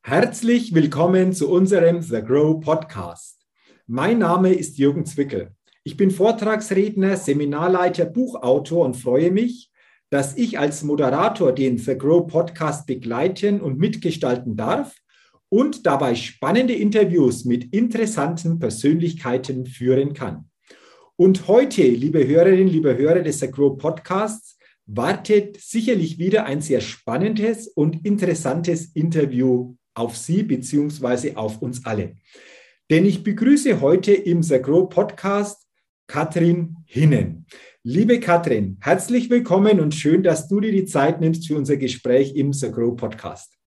Herzlich willkommen zu unserem The Grow Podcast. Mein Name ist Jürgen Zwickel. Ich bin Vortragsredner, Seminarleiter, Buchautor und freue mich, dass ich als Moderator den The Grow Podcast begleiten und mitgestalten darf und dabei spannende Interviews mit interessanten Persönlichkeiten führen kann. Und heute, liebe Hörerinnen, liebe Hörer des The Grow Podcasts, wartet sicherlich wieder ein sehr spannendes und interessantes Interview auf Sie bzw. auf uns alle. Denn ich begrüße heute im The Grow Podcast Katrin Hinnen. Liebe Katrin, herzlich willkommen und schön, dass du dir die Zeit nimmst für unser Gespräch im The Grow Podcast.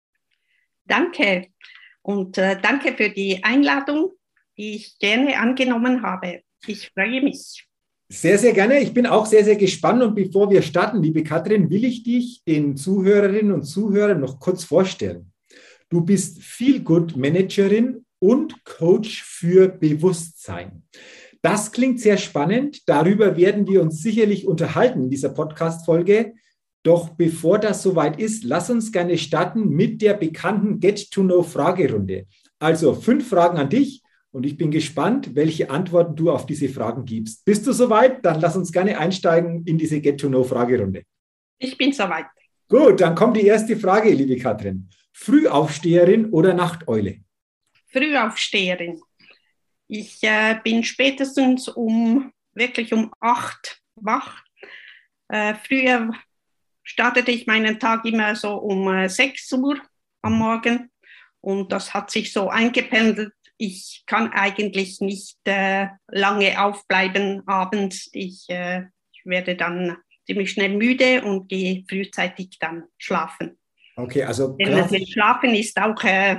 Danke und danke für die Einladung, die ich gerne angenommen habe. Ich freue mich. Sehr, sehr gerne. Ich bin auch sehr, sehr gespannt. Und bevor wir starten, liebe Katrin, will ich dich den Zuhörerinnen und Zuhörern noch kurz vorstellen. Du bist Feel-Good-Managerin und Coach für Bewusstsein. Das klingt sehr spannend. Darüber werden wir uns sicherlich unterhalten in dieser Podcast-Folge. Doch bevor das soweit ist, lass uns gerne starten mit der bekannten Get-to-Know-Fragerunde. Also 5 Fragen an dich und ich bin gespannt, welche Antworten du auf diese Fragen gibst. Bist du soweit? Dann lass uns gerne einsteigen in diese Get-to-Know-Fragerunde. Ich bin soweit. Gut, dann kommt die erste Frage, liebe Katrin. Frühaufsteherin oder Nachteule? Frühaufsteherin. Ich bin spätestens wirklich um 8 wach. Früher startete ich meinen Tag immer so um 6 Uhr am Morgen und das hat sich so eingependelt. Ich kann eigentlich nicht lange aufbleiben abends. Ich werde dann ziemlich schnell müde und gehe frühzeitig dann schlafen. Okay, also denn das Schlafen ist auch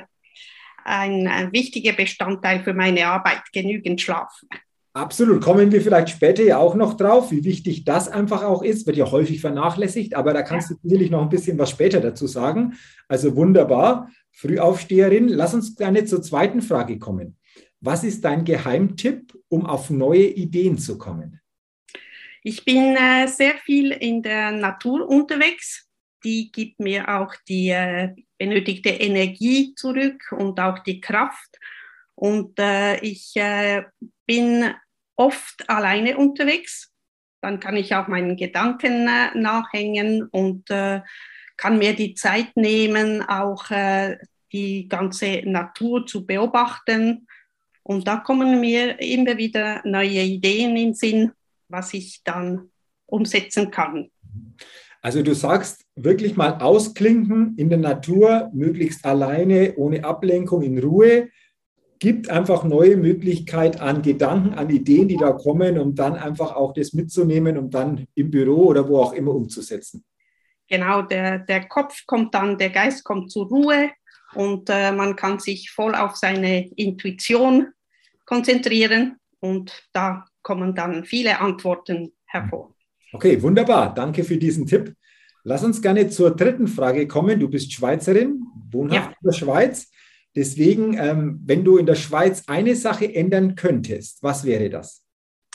ein wichtiger Bestandteil für meine Arbeit, genügend Schlaf. Absolut, kommen wir vielleicht später ja auch noch drauf, wie wichtig das einfach auch ist, wird ja häufig vernachlässigt, aber da kannst du sicherlich noch ein bisschen was später dazu sagen. Also wunderbar, Frühaufsteherin. Lass uns gerne zur zweiten Frage kommen. Was ist dein Geheimtipp, um auf neue Ideen zu kommen? Ich bin sehr viel in der Natur unterwegs. Die gibt mir auch die benötigte Energie zurück und auch die Kraft. Und ich bin oft alleine unterwegs. Dann kann ich auch meinen Gedanken nachhängen und kann mir die Zeit nehmen, auch die ganze Natur zu beobachten. Und da kommen mir immer wieder neue Ideen in den Sinn, was ich dann umsetzen kann. Also du sagst wirklich mal ausklinken in der Natur, möglichst alleine, ohne Ablenkung, in Ruhe. Gibt einfach neue Möglichkeit an Gedanken, an Ideen, die da kommen, um dann einfach auch das mitzunehmen, um dann im Büro oder wo auch immer umzusetzen. Genau, der Kopf kommt dann, der Geist kommt zur Ruhe und man kann sich voll auf seine Intuition konzentrieren und da kommen dann viele Antworten hervor. Okay, wunderbar. Danke für diesen Tipp. Lass uns gerne zur dritten Frage kommen. Du bist Schweizerin, wohnhaft in der Schweiz. Deswegen, wenn du in der Schweiz eine Sache ändern könntest, was wäre das?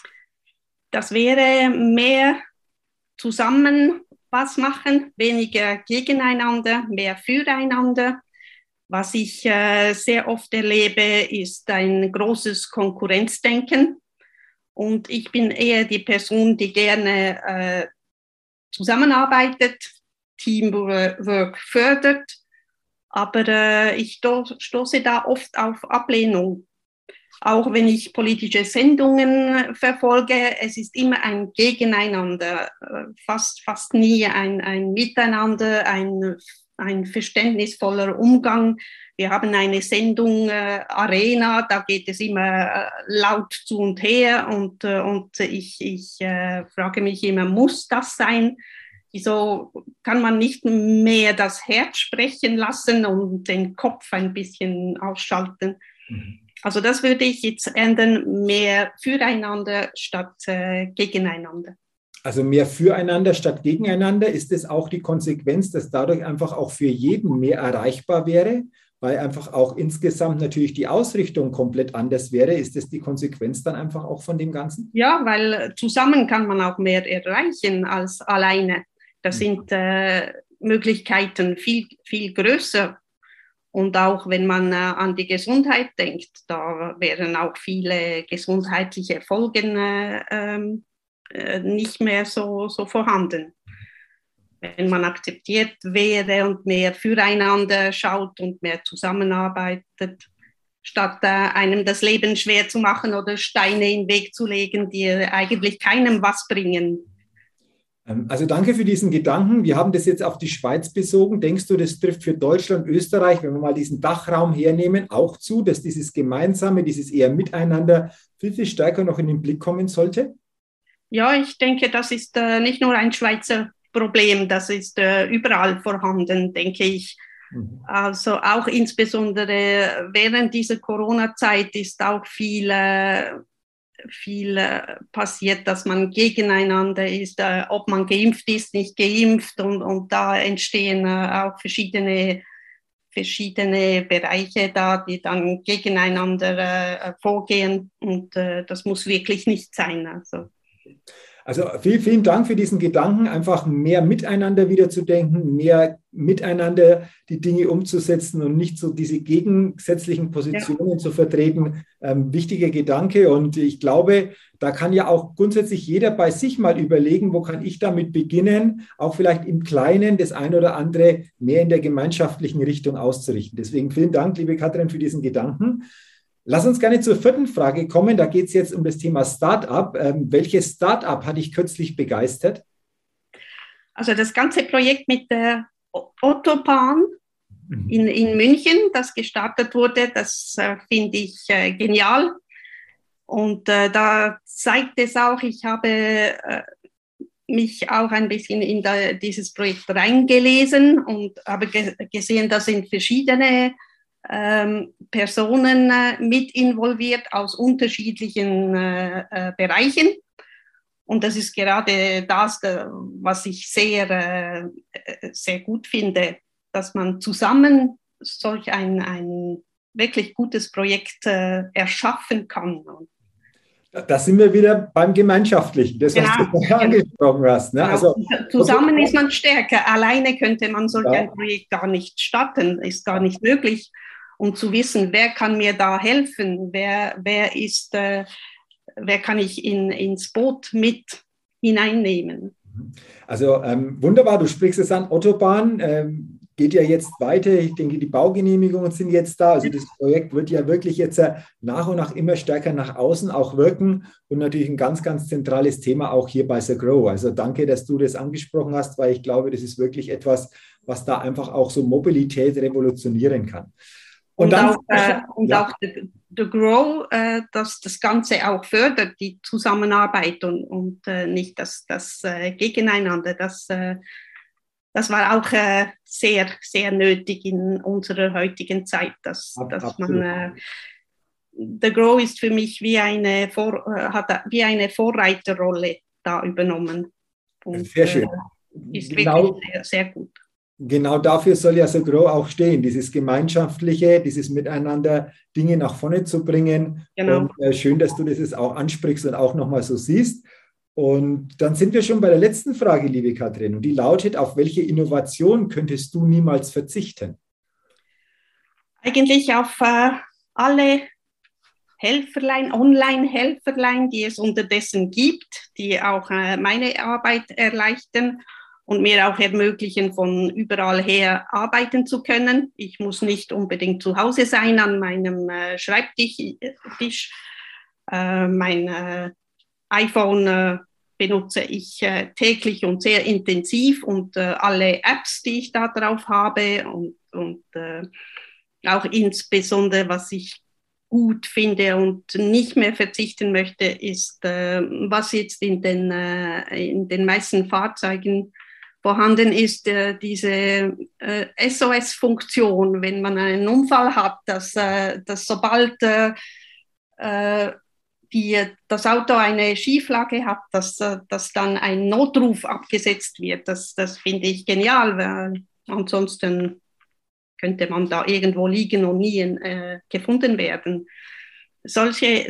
Das wäre mehr zusammen was machen, weniger gegeneinander, mehr füreinander. Was ich sehr oft erlebe, ist ein großes Konkurrenzdenken. Und ich bin eher die Person, die gerne zusammenarbeitet, Teamwork fördert. Aber ich stoße da oft auf Ablehnung. Auch wenn ich politische Sendungen verfolge, es ist immer ein Gegeneinander, fast nie ein Miteinander, ein verständnisvoller Umgang. Wir haben eine Sendung Arena, da geht es immer laut zu und her und ich frage mich immer, muss das sein? Wieso kann man nicht mehr das Herz sprechen lassen und den Kopf ein bisschen ausschalten? Also das würde ich jetzt ändern, mehr füreinander statt gegeneinander. Also mehr füreinander statt gegeneinander. Ist es auch die Konsequenz, dass dadurch einfach auch für jeden mehr erreichbar wäre, weil einfach auch insgesamt natürlich die Ausrichtung komplett anders wäre? Ist das die Konsequenz dann einfach auch von dem Ganzen? Ja, weil zusammen kann man auch mehr erreichen als alleine. Das sind Möglichkeiten viel, viel größer. Und auch wenn man an die Gesundheit denkt, da wären auch viele gesundheitliche Folgen nicht mehr so vorhanden. Wenn man akzeptiert wäre und mehr füreinander schaut und mehr zusammenarbeitet, statt einem das Leben schwer zu machen oder Steine in den Weg zu legen, die eigentlich keinem was bringen. Also danke für diesen Gedanken. Wir haben das jetzt auf die Schweiz bezogen. Denkst du, das trifft für Deutschland, Österreich, wenn wir mal diesen Dachraum hernehmen, auch zu, dass dieses Gemeinsame, dieses eher Miteinander viel, viel stärker noch in den Blick kommen sollte? Ja, ich denke, das ist nicht nur ein Schweizer Problem, das ist überall vorhanden, denke ich. Also auch insbesondere während dieser Corona-Zeit ist auch viel passiert, dass man gegeneinander ist, ob man geimpft ist, nicht geimpft und da entstehen auch verschiedene Bereiche da, die dann gegeneinander vorgehen und das muss wirklich nicht sein. Also vielen, vielen Dank für diesen Gedanken, einfach mehr miteinander wieder zu denken, mehr miteinander die Dinge umzusetzen und nicht so diese gegensätzlichen Positionen zu vertreten. Wichtiger Gedanke und ich glaube, da kann ja auch grundsätzlich jeder bei sich mal überlegen, wo kann ich damit beginnen, auch vielleicht im Kleinen das ein oder andere mehr in der gemeinschaftlichen Richtung auszurichten. Deswegen vielen Dank, liebe Katrin, für diesen Gedanken. Lass uns gerne zur vierten Frage kommen. Da geht es jetzt um das Thema Start-up. Welches Start-up hat dich kürzlich begeistert? Also das ganze Projekt mit der Autobahn in München, das gestartet wurde, das finde ich genial. Und da zeigt es auch, ich habe mich auch ein bisschen in dieses Projekt reingelesen und habe gesehen, da sind verschiedene Personen mit involviert aus unterschiedlichen Bereichen. Und das ist gerade das, was ich sehr, sehr gut finde, dass man zusammen solch ein wirklich gutes Projekt erschaffen kann. Da sind wir wieder beim Gemeinschaftlichen, das, was du vorher angesprochen hast. Ne? Genau. Also, zusammen ist man stärker. Alleine könnte man solch ein Projekt gar nicht starten, ist gar nicht möglich. Und zu wissen, wer kann mir da helfen, wer kann ich ins Boot mit hineinnehmen. Also wunderbar, du sprichst es an, Autobahn geht ja jetzt weiter. Ich denke, die Baugenehmigungen sind jetzt da. Also das Projekt wird ja wirklich jetzt nach und nach immer stärker nach außen auch wirken und natürlich ein ganz, ganz zentrales Thema auch hier bei The Grow. Also danke, dass du das angesprochen hast, weil ich glaube, das ist wirklich etwas, was da einfach auch so Mobilität revolutionieren kann. Und auch The Grow, dass das Ganze auch fördert, die Zusammenarbeit und nicht das Gegeneinander. Das war auch sehr, sehr nötig in unserer heutigen Zeit, dass man The Grow ist für mich hat wie eine Vorreiterrolle da übernommen. Und, sehr schön. Ist wirklich sehr, sehr gut. Genau dafür soll ja The Grow auch stehen, dieses Gemeinschaftliche, dieses Miteinander, Dinge nach vorne zu bringen. Genau. Und schön, dass du das jetzt auch ansprichst und auch nochmal so siehst. Und dann sind wir schon bei der letzten Frage, liebe Katrin. Und die lautet, auf welche Innovation könntest du niemals verzichten? Eigentlich auf alle Helferlein, Online-Helferlein, die es unterdessen gibt, die auch meine Arbeit erleichtern und mir auch ermöglichen, von überall her arbeiten zu können. Ich muss nicht unbedingt zu Hause sein an meinem Schreibtisch. Mein iPhone benutze ich täglich und sehr intensiv und alle Apps, die ich da drauf habe und auch insbesondere, was ich gut finde und nicht mehr verzichten möchte, ist, was jetzt in den meisten Fahrzeugen vorhanden ist, diese SOS-Funktion, wenn man einen Unfall hat, dass sobald das Auto eine Schieflage hat, dass dann ein Notruf abgesetzt wird. Das finde ich genial, weil ansonsten könnte man da irgendwo liegen und nie gefunden werden. Solche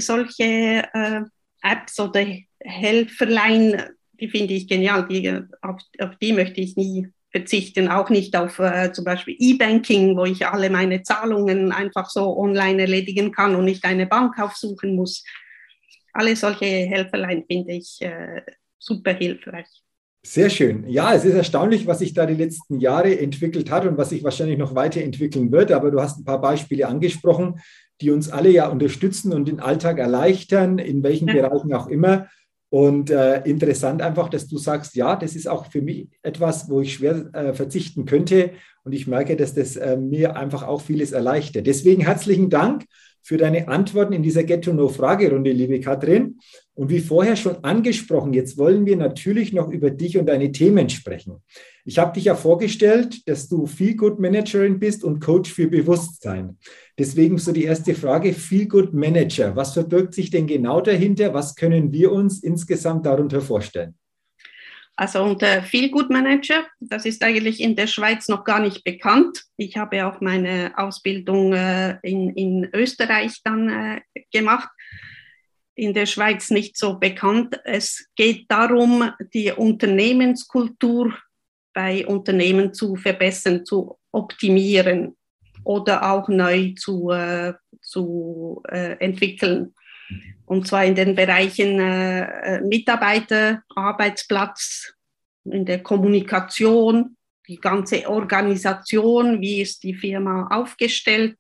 Apps oder Helferlein, die finde ich genial, auf die möchte ich nie verzichten, auch nicht auf zum Beispiel E-Banking, wo ich alle meine Zahlungen einfach so online erledigen kann und nicht eine Bank aufsuchen muss. Alle solche Helferlein finde ich super hilfreich. Sehr schön. Ja, es ist erstaunlich, was sich da die letzten Jahre entwickelt hat und was sich wahrscheinlich noch weiterentwickeln wird. Aber du hast ein paar Beispiele angesprochen, die uns alle ja unterstützen und den Alltag erleichtern, in welchen Bereichen auch immer. Und interessant einfach, dass du sagst, ja, das ist auch für mich etwas, wo ich schwer verzichten könnte. Und ich merke, dass das mir einfach auch vieles erleichtert. Deswegen herzlichen Dank für deine Antworten in dieser Get-to-Know-Fragerunde, liebe Katrin. Und wie vorher schon angesprochen, jetzt wollen wir natürlich noch über dich und deine Themen sprechen. Ich habe dich ja vorgestellt, dass du Feel-Good-Managerin bist und Coach für Bewusstsein. Deswegen so die erste Frage, Feel-Good-Manager. Was verbirgt sich denn genau dahinter? Was können wir uns insgesamt darunter vorstellen? Also unter Feel-Good-Manager, das ist eigentlich in der Schweiz noch gar nicht bekannt. Ich habe auch meine Ausbildung in Österreich dann gemacht. In der Schweiz nicht so bekannt. Es geht darum, die Unternehmenskultur bei Unternehmen zu verbessern, zu optimieren oder auch neu zu entwickeln. Und zwar in den Bereichen Mitarbeiter, Arbeitsplatz, in der Kommunikation, die ganze Organisation, wie ist die Firma aufgestellt.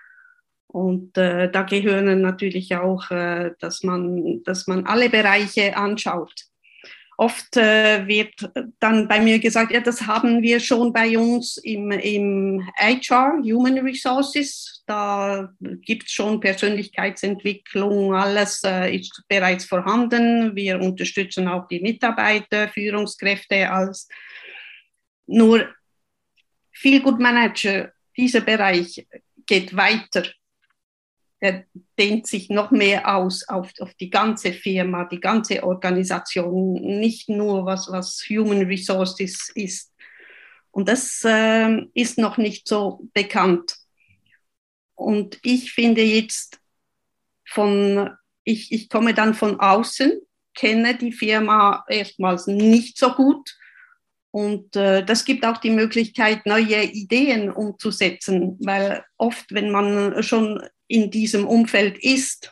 Und da gehören natürlich auch, dass man alle Bereiche anschaut. Oft wird dann bei mir gesagt, ja, das haben wir schon bei uns im HR, Human Resources. Da gibt es schon Persönlichkeitsentwicklung, alles ist bereits vorhanden. Wir unterstützen auch die Mitarbeiter, Führungskräfte als. Nur Feel-Good Manager, dieser Bereich geht weiter. Der dehnt sich noch mehr aus auf die ganze Firma, die ganze Organisation, nicht nur was Human Resources ist. Und das ist noch nicht so bekannt. Und ich finde jetzt ich komme dann von außen, kenne die Firma erstmals nicht so gut. Und das gibt auch die Möglichkeit, neue Ideen umzusetzen, weil oft, wenn man schon in diesem Umfeld ist,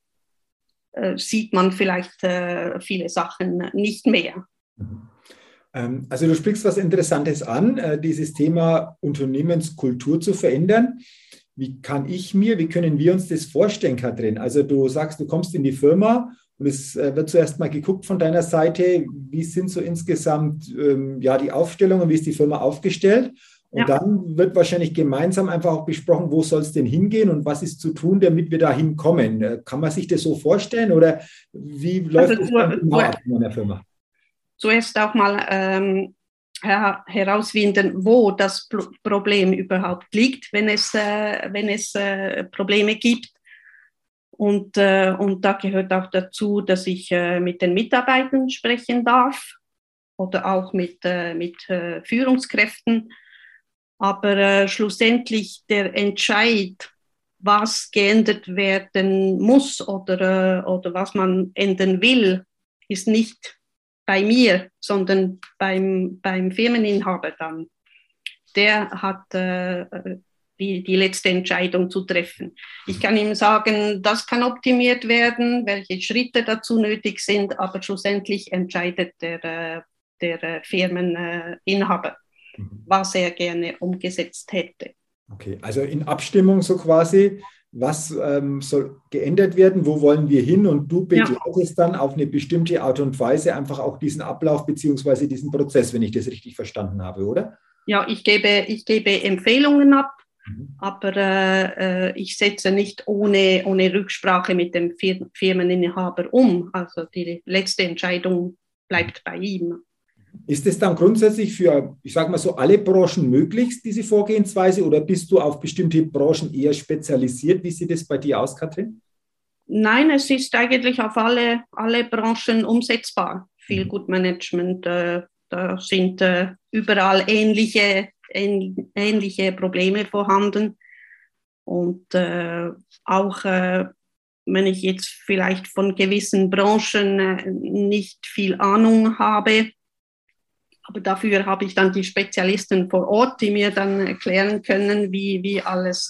sieht man vielleicht viele Sachen nicht mehr. Also du sprichst was Interessantes an, dieses Thema Unternehmenskultur zu verändern. Wie können wir uns das vorstellen, Katrin? Also du sagst, du kommst in die Firma und es wird zuerst mal geguckt von deiner Seite, wie sind so insgesamt die Aufstellungen, wie ist die Firma aufgestellt? Und dann wird wahrscheinlich gemeinsam einfach auch besprochen, wo soll es denn hingehen und was ist zu tun, damit wir da hinkommen. Kann man sich das so vorstellen oder wie läuft das genau ab in einer Firma? Zuerst auch mal herausfinden, wo das Problem überhaupt liegt, wenn es Probleme gibt. Und da gehört auch dazu, dass ich mit den Mitarbeitern sprechen darf oder auch mit Führungskräften. Aber schlussendlich der Entscheid, was geändert werden muss oder was man ändern will, ist nicht bei mir, sondern beim Firmeninhaber dann. Der hat die letzte Entscheidung zu treffen. Ich kann ihm sagen, das kann optimiert werden, welche Schritte dazu nötig sind, aber schlussendlich entscheidet der Firmeninhaber, was er gerne umgesetzt hätte. Okay, also in Abstimmung so quasi, was soll geändert werden, wo wollen wir hin und du begleitest dann auf eine bestimmte Art und Weise einfach auch diesen Ablauf beziehungsweise diesen Prozess, wenn ich das richtig verstanden habe, oder? Ja, ich gebe Empfehlungen ab, aber ich setze nicht ohne Rücksprache mit dem Firmeninhaber um. Also die letzte Entscheidung bleibt bei ihm. Ist es dann grundsätzlich für, ich sage mal so, alle Branchen möglich, diese Vorgehensweise, oder bist du auf bestimmte Branchen eher spezialisiert? Wie sieht es bei dir aus, Katrin? Nein, es ist eigentlich auf alle Branchen umsetzbar. Feel-Good Management, da sind überall ähnliche Probleme vorhanden. Und auch wenn ich jetzt vielleicht von gewissen Branchen nicht viel Ahnung habe, Aber dafür habe ich dann die Spezialisten vor Ort, die mir dann erklären können, wie alles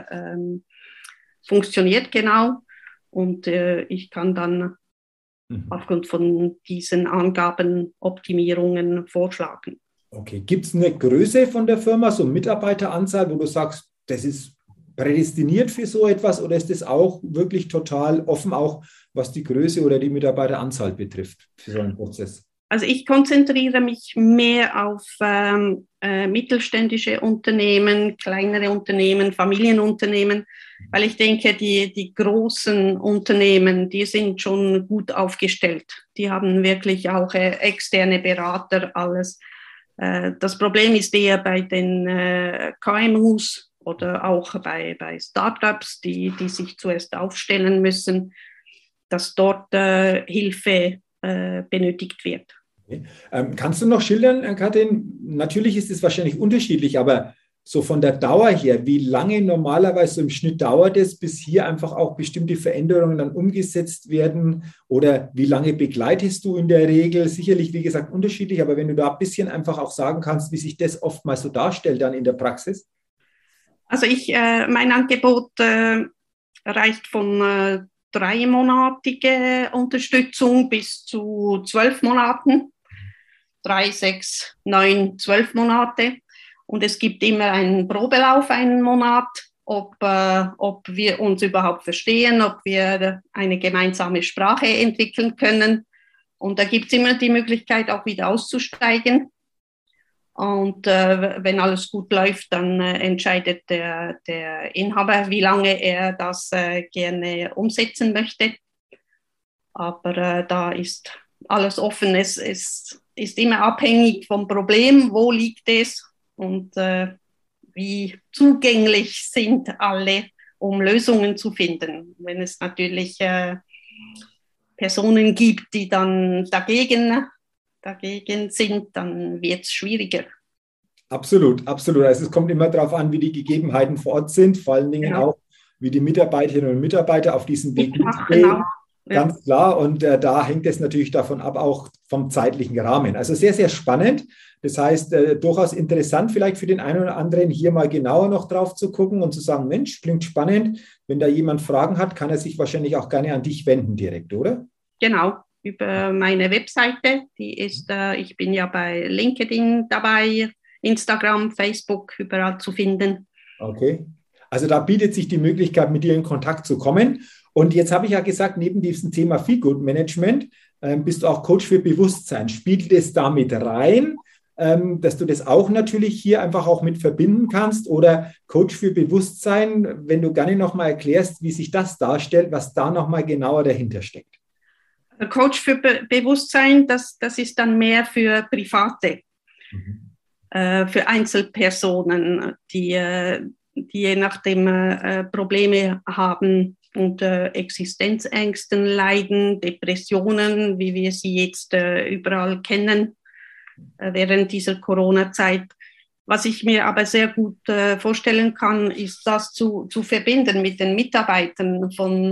funktioniert genau. Und ich kann dann aufgrund von diesen Angaben Optimierungen vorschlagen. Okay, gibt es eine Größe von der Firma, so eine Mitarbeiteranzahl, wo du sagst, das ist prädestiniert für so etwas, oder ist das auch wirklich total offen, auch was die Größe oder die Mitarbeiteranzahl betrifft für so einen Prozess? Also ich konzentriere mich mehr auf mittelständische Unternehmen, kleinere Unternehmen, Familienunternehmen, weil ich denke, die großen Unternehmen, die sind schon gut aufgestellt. Die haben wirklich auch externe Berater, alles. Das Problem ist eher bei den KMUs oder auch bei Startups, die sich zuerst aufstellen müssen, dass dort Hilfe benötigt wird. Okay. Kannst du noch schildern, Kathrin? Natürlich ist es wahrscheinlich unterschiedlich, aber so von der Dauer her, wie lange normalerweise so im Schnitt dauert es, bis hier einfach auch bestimmte Veränderungen dann umgesetzt werden? Oder wie lange begleitest du in der Regel? Sicherlich, wie gesagt, unterschiedlich, aber wenn du da ein bisschen einfach auch sagen kannst, wie sich das oftmals so darstellt dann in der Praxis? Also mein Angebot reicht von 3-monatige Unterstützung bis zu 12 Monaten. 3, 6, 9, 12 Monate. Und es gibt immer einen Probelauf, einen Monat, ob wir uns überhaupt verstehen, ob wir eine gemeinsame Sprache entwickeln können. Und da gibt es immer die Möglichkeit, auch wieder auszusteigen. Und wenn alles gut läuft, dann entscheidet der Inhaber, wie lange er das gerne umsetzen möchte. Aber da ist alles offen. Es ist immer abhängig vom Problem, wo liegt es und wie zugänglich sind alle, um Lösungen zu finden. Wenn es natürlich Personen gibt, die dann dagegen sind, dann wird es schwieriger. Absolut, absolut. Also es kommt immer darauf an, wie die Gegebenheiten vor Ort sind, vor allen Dingen auch, wie die Mitarbeiterinnen und Mitarbeiter auf diesen Weg mitgehen. Genau. Ganz klar. Und da hängt es natürlich davon ab, auch vom zeitlichen Rahmen. Also sehr, sehr spannend. Das heißt, durchaus interessant vielleicht für den einen oder anderen, hier mal genauer noch drauf zu gucken und zu sagen, Mensch, klingt spannend. Wenn da jemand Fragen hat, kann er sich wahrscheinlich auch gerne an dich wenden direkt, oder? Genau, über meine Webseite. Die ist, ich bin ja bei LinkedIn dabei, Instagram, Facebook, überall zu finden. Okay. Also da bietet sich die Möglichkeit, mit dir in Kontakt zu kommen. Und jetzt habe ich ja gesagt, neben diesem Thema Feelgood-Management bist du auch Coach für Bewusstsein. Spielt es damit rein, dass du das auch natürlich hier einfach auch mit verbinden kannst? Oder Coach für Bewusstsein, wenn du gerne nochmal erklärst, wie sich das darstellt, was da nochmal genauer dahinter steckt? Coach für Bewusstsein, das ist dann mehr für Private, für Einzelpersonen, die je nachdem Probleme haben, unter Existenzängsten leiden, Depressionen, wie wir sie jetzt überall kennen während dieser Corona-Zeit. Was ich mir aber sehr gut vorstellen kann, ist das zu verbinden mit den Mitarbeitern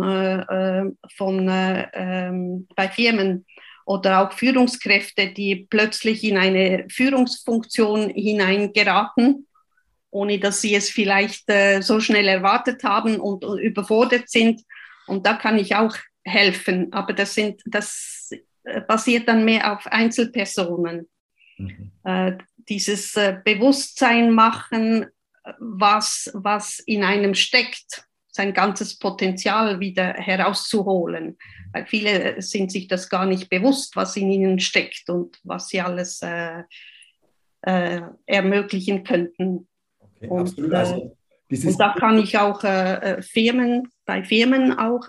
bei Firmen oder auch Führungskräfte, die plötzlich in eine Führungsfunktion hineingeraten, ohne dass sie es vielleicht so schnell erwartet haben und überfordert sind. Und da kann ich auch helfen. Aber das basiert dann mehr auf Einzelpersonen. Dieses Bewusstsein machen, was in einem steckt, sein ganzes Potenzial wieder herauszuholen. Weil viele sind sich das gar nicht bewusst, was in ihnen steckt und was sie alles ermöglichen könnten. Okay, und, absolut. Also, und da kann ich auch bei Firmen auch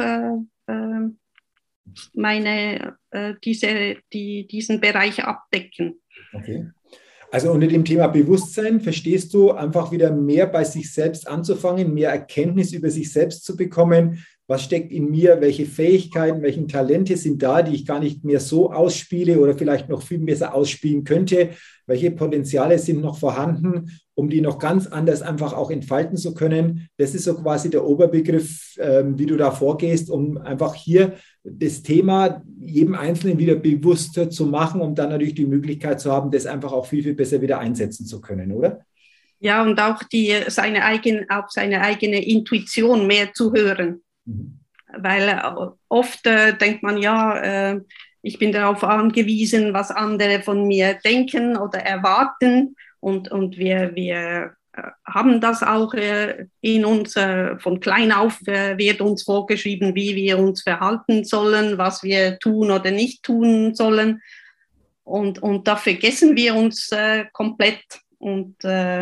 diesen Bereich abdecken. Okay. Also unter dem Thema Bewusstsein verstehst du einfach wieder mehr bei sich selbst anzufangen, mehr Erkenntnis über sich selbst zu bekommen, was steckt in mir, welche Fähigkeiten, welche Talente sind da, die ich gar nicht mehr so ausspiele oder vielleicht noch viel besser ausspielen könnte, welche Potenziale sind noch vorhanden, um die noch ganz anders einfach auch entfalten zu können. Das ist so quasi der Oberbegriff, wie du da vorgehst, um einfach hier das Thema jedem Einzelnen wieder bewusster zu machen, um dann natürlich die Möglichkeit zu haben, das einfach auch viel, viel besser wieder einsetzen zu können, oder? Ja, und auch auf seine eigene Intuition mehr zu hören. Mhm. Weil oft denkt man, ja, ich bin darauf angewiesen, was andere von mir denken oder erwarten. Und wir haben das auch in uns, von klein auf wird uns vorgeschrieben, wie wir uns verhalten sollen, was wir tun oder nicht tun sollen. Und da vergessen wir uns komplett. Und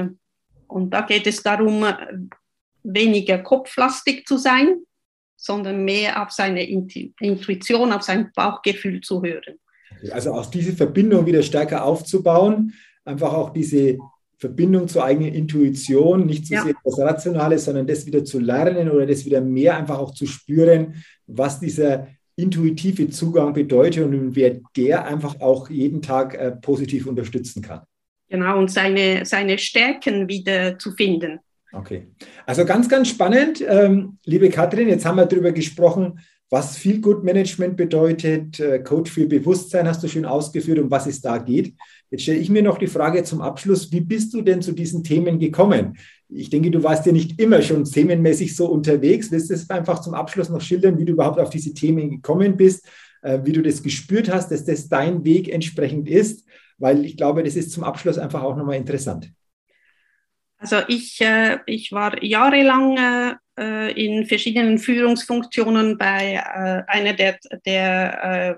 da geht es darum, weniger kopflastig zu sein, sondern mehr auf seine Intuition, auf sein Bauchgefühl zu hören. Also auch diese Verbindung wieder stärker aufzubauen, einfach auch diese Verbindung zur eigenen Intuition, nicht so sehr das Rationale, sondern das wieder zu lernen oder das wieder mehr einfach auch zu spüren, was dieser intuitive Zugang bedeutet und wer der einfach auch jeden Tag positiv unterstützen kann. Genau, und seine Stärken wieder zu finden. Okay, also ganz, ganz spannend. Liebe Katrin, jetzt haben wir darüber gesprochen, was Feel-Good-Management bedeutet. Coach für Bewusstsein hast du schön ausgeführt, um was es da geht. Jetzt stelle ich mir noch die Frage zum Abschluss, wie bist du denn zu diesen Themen gekommen? Ich denke, du warst ja nicht immer schon themenmäßig so unterwegs. Willst du es einfach zum Abschluss noch schildern, wie du überhaupt auf diese Themen gekommen bist, wie du das gespürt hast, dass das dein Weg entsprechend ist? Weil ich glaube, das ist zum Abschluss einfach auch nochmal interessant. Also ich war jahrelang in verschiedenen Führungsfunktionen bei einer der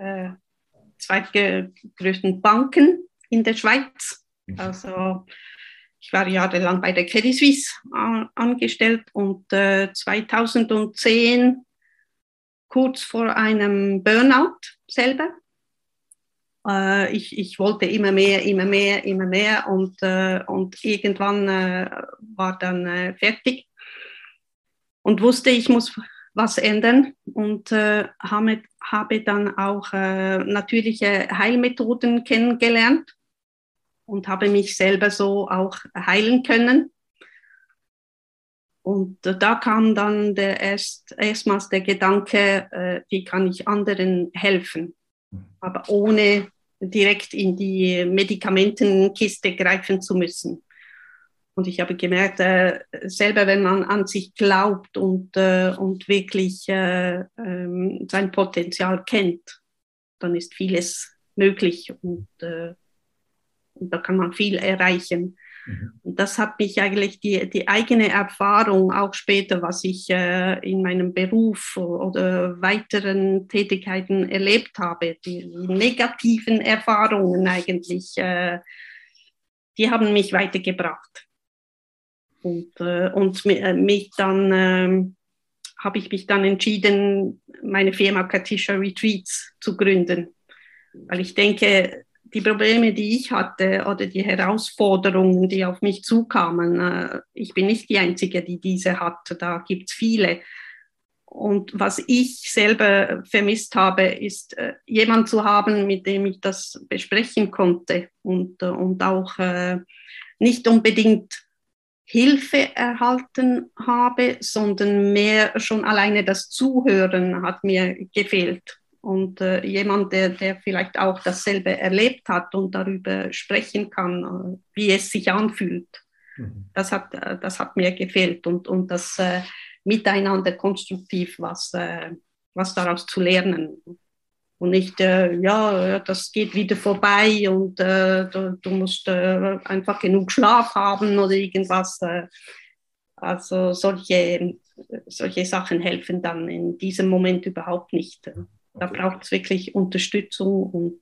zweitgrößten Banken in der Schweiz. Also ich war jahrelang bei der Credit Suisse angestellt und 2010, kurz vor einem Burnout selber, ich wollte immer mehr und irgendwann war dann fertig und wusste, ich muss was ändern und habe dann auch natürliche Heilmethoden kennengelernt und habe mich selber so auch heilen können. Und da kam dann erstmals der Gedanke, wie kann ich anderen helfen, aber ohne direkt in die Medikamentenkiste greifen zu müssen. Und ich habe gemerkt, selber wenn man an sich glaubt und wirklich sein Potenzial kennt, dann ist vieles möglich und da kann man viel erreichen. Und das hat mich eigentlich die eigene Erfahrung, auch später, was ich in meinem Beruf oder weiteren Tätigkeiten erlebt habe, die negativen Erfahrungen eigentlich, die haben mich weitergebracht. Und habe ich mich dann entschieden, meine Firma Katisha Retreats zu gründen. Weil ich denke, die Probleme, die ich hatte oder die Herausforderungen, die auf mich zukamen, ich bin nicht die Einzige, die diese hat, da gibt es viele. Und was ich selber vermisst habe, ist jemand zu haben, mit dem ich das besprechen konnte und auch nicht unbedingt Hilfe erhalten habe, sondern mehr schon alleine das Zuhören hat mir gefehlt. Und jemand, der vielleicht auch dasselbe erlebt hat und darüber sprechen kann, wie es sich anfühlt. Das hat mir gefehlt und das Miteinander konstruktiv was daraus zu lernen. Und nicht, das geht wieder vorbei und du musst einfach genug Schlaf haben oder irgendwas. Also solche Sachen helfen dann in diesem Moment überhaupt nicht. Da braucht es wirklich Unterstützung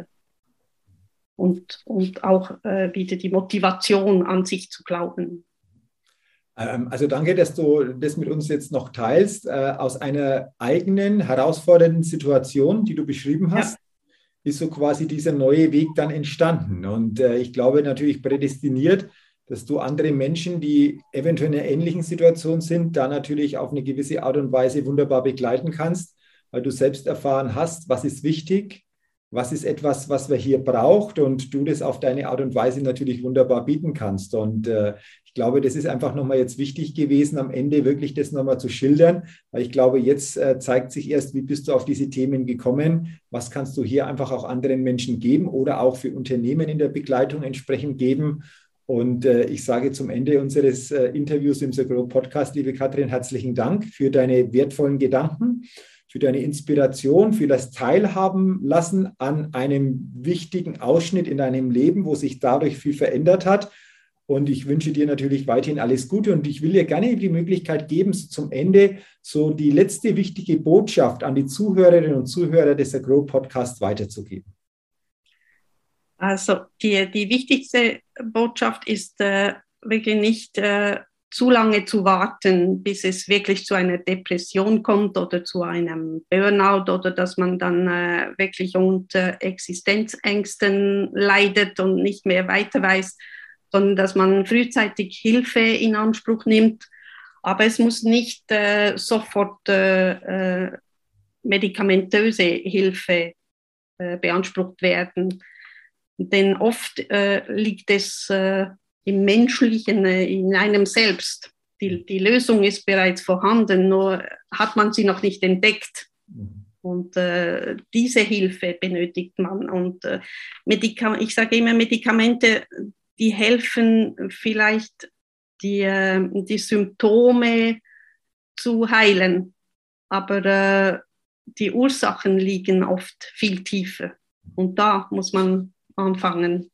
und auch wieder die Motivation, an sich zu glauben. Also danke, dass du das mit uns jetzt noch teilst. Aus einer eigenen, herausfordernden Situation, die du beschrieben hast, ist so quasi dieser neue Weg dann entstanden. Und ich glaube natürlich prädestiniert, dass du andere Menschen, die eventuell in einer ähnlichen Situation sind, da natürlich auf eine gewisse Art und Weise wunderbar begleiten kannst, weil du selbst erfahren hast, was ist wichtig, was ist etwas, was wir hier braucht und du das auf deine Art und Weise natürlich wunderbar bieten kannst. Und ich glaube, das ist einfach nochmal jetzt wichtig gewesen, am Ende wirklich das nochmal zu schildern, weil ich glaube, jetzt zeigt sich erst, wie bist du auf diese Themen gekommen, was kannst du hier einfach auch anderen Menschen geben oder auch für Unternehmen in der Begleitung entsprechend geben. Und ich sage zum Ende unseres Interviews im The Grow Podcast, liebe Katrin, herzlichen Dank für deine wertvollen Gedanken, für deine Inspiration, für das Teilhaben lassen an einem wichtigen Ausschnitt in deinem Leben, wo sich dadurch viel verändert hat. Und ich wünsche dir natürlich weiterhin alles Gute und ich will dir gerne die Möglichkeit geben, so zum Ende so die letzte wichtige Botschaft an die Zuhörerinnen und Zuhörer des The Grow Podcast weiterzugeben. Also die wichtigste Botschaft ist wirklich nicht zu lange zu warten, bis es wirklich zu einer Depression kommt oder zu einem Burnout oder dass man dann wirklich unter Existenzängsten leidet und nicht mehr weiter weiß, sondern dass man frühzeitig Hilfe in Anspruch nimmt. Aber es muss nicht sofort medikamentöse Hilfe beansprucht werden. Denn oft liegt es im Menschlichen, in einem selbst. Die Lösung ist bereits vorhanden, nur hat man sie noch nicht entdeckt. Und diese Hilfe benötigt man. Und ich sage immer, Medikamente, die helfen vielleicht, die Symptome zu heilen. Aber die Ursachen liegen oft viel tiefer. Und da muss man anfangen,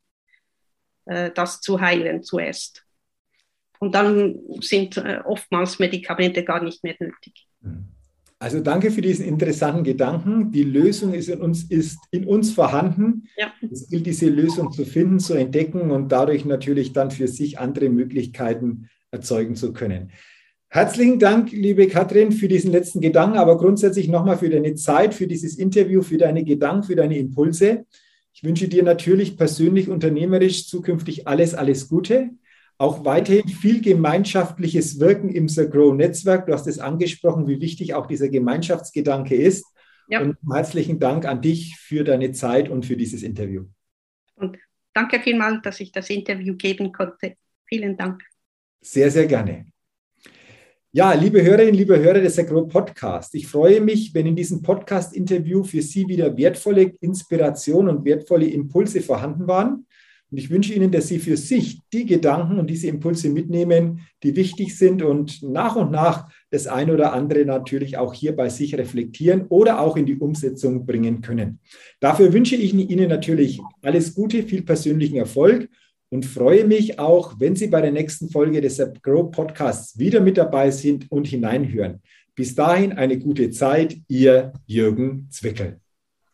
das zu heilen zuerst. Und dann sind oftmals Medikamente gar nicht mehr nötig. Also danke für diesen interessanten Gedanken. Die Lösung ist in uns vorhanden. Ja. Es gilt, diese Lösung zu finden, zu entdecken und dadurch natürlich dann für sich andere Möglichkeiten erzeugen zu können. Herzlichen Dank, liebe Katrin, für diesen letzten Gedanken, aber grundsätzlich nochmal für deine Zeit, für dieses Interview, für deine Gedanken, für deine Impulse. Ich wünsche dir natürlich persönlich, unternehmerisch zukünftig alles Gute. Auch weiterhin viel gemeinschaftliches Wirken im The Grow Netzwerk. Du hast es angesprochen, wie wichtig auch dieser Gemeinschaftsgedanke ist. Ja. Und herzlichen Dank an dich für deine Zeit und für dieses Interview. Und danke vielmals, dass ich das Interview geben konnte. Vielen Dank. Sehr, sehr gerne. Ja, liebe Hörerinnen, liebe Hörer des The Grow Podcast, ich freue mich, wenn in diesem Podcast-Interview für Sie wieder wertvolle Inspiration und wertvolle Impulse vorhanden waren. Und ich wünsche Ihnen, dass Sie für sich die Gedanken und diese Impulse mitnehmen, die wichtig sind und nach das ein oder andere natürlich auch hier bei sich reflektieren oder auch in die Umsetzung bringen können. Dafür wünsche ich Ihnen natürlich alles Gute, viel persönlichen Erfolg und freue mich auch, wenn Sie bei der nächsten Folge des The Grow Podcasts wieder mit dabei sind und hineinhören. Bis dahin eine gute Zeit, Ihr Jürgen Zwickel.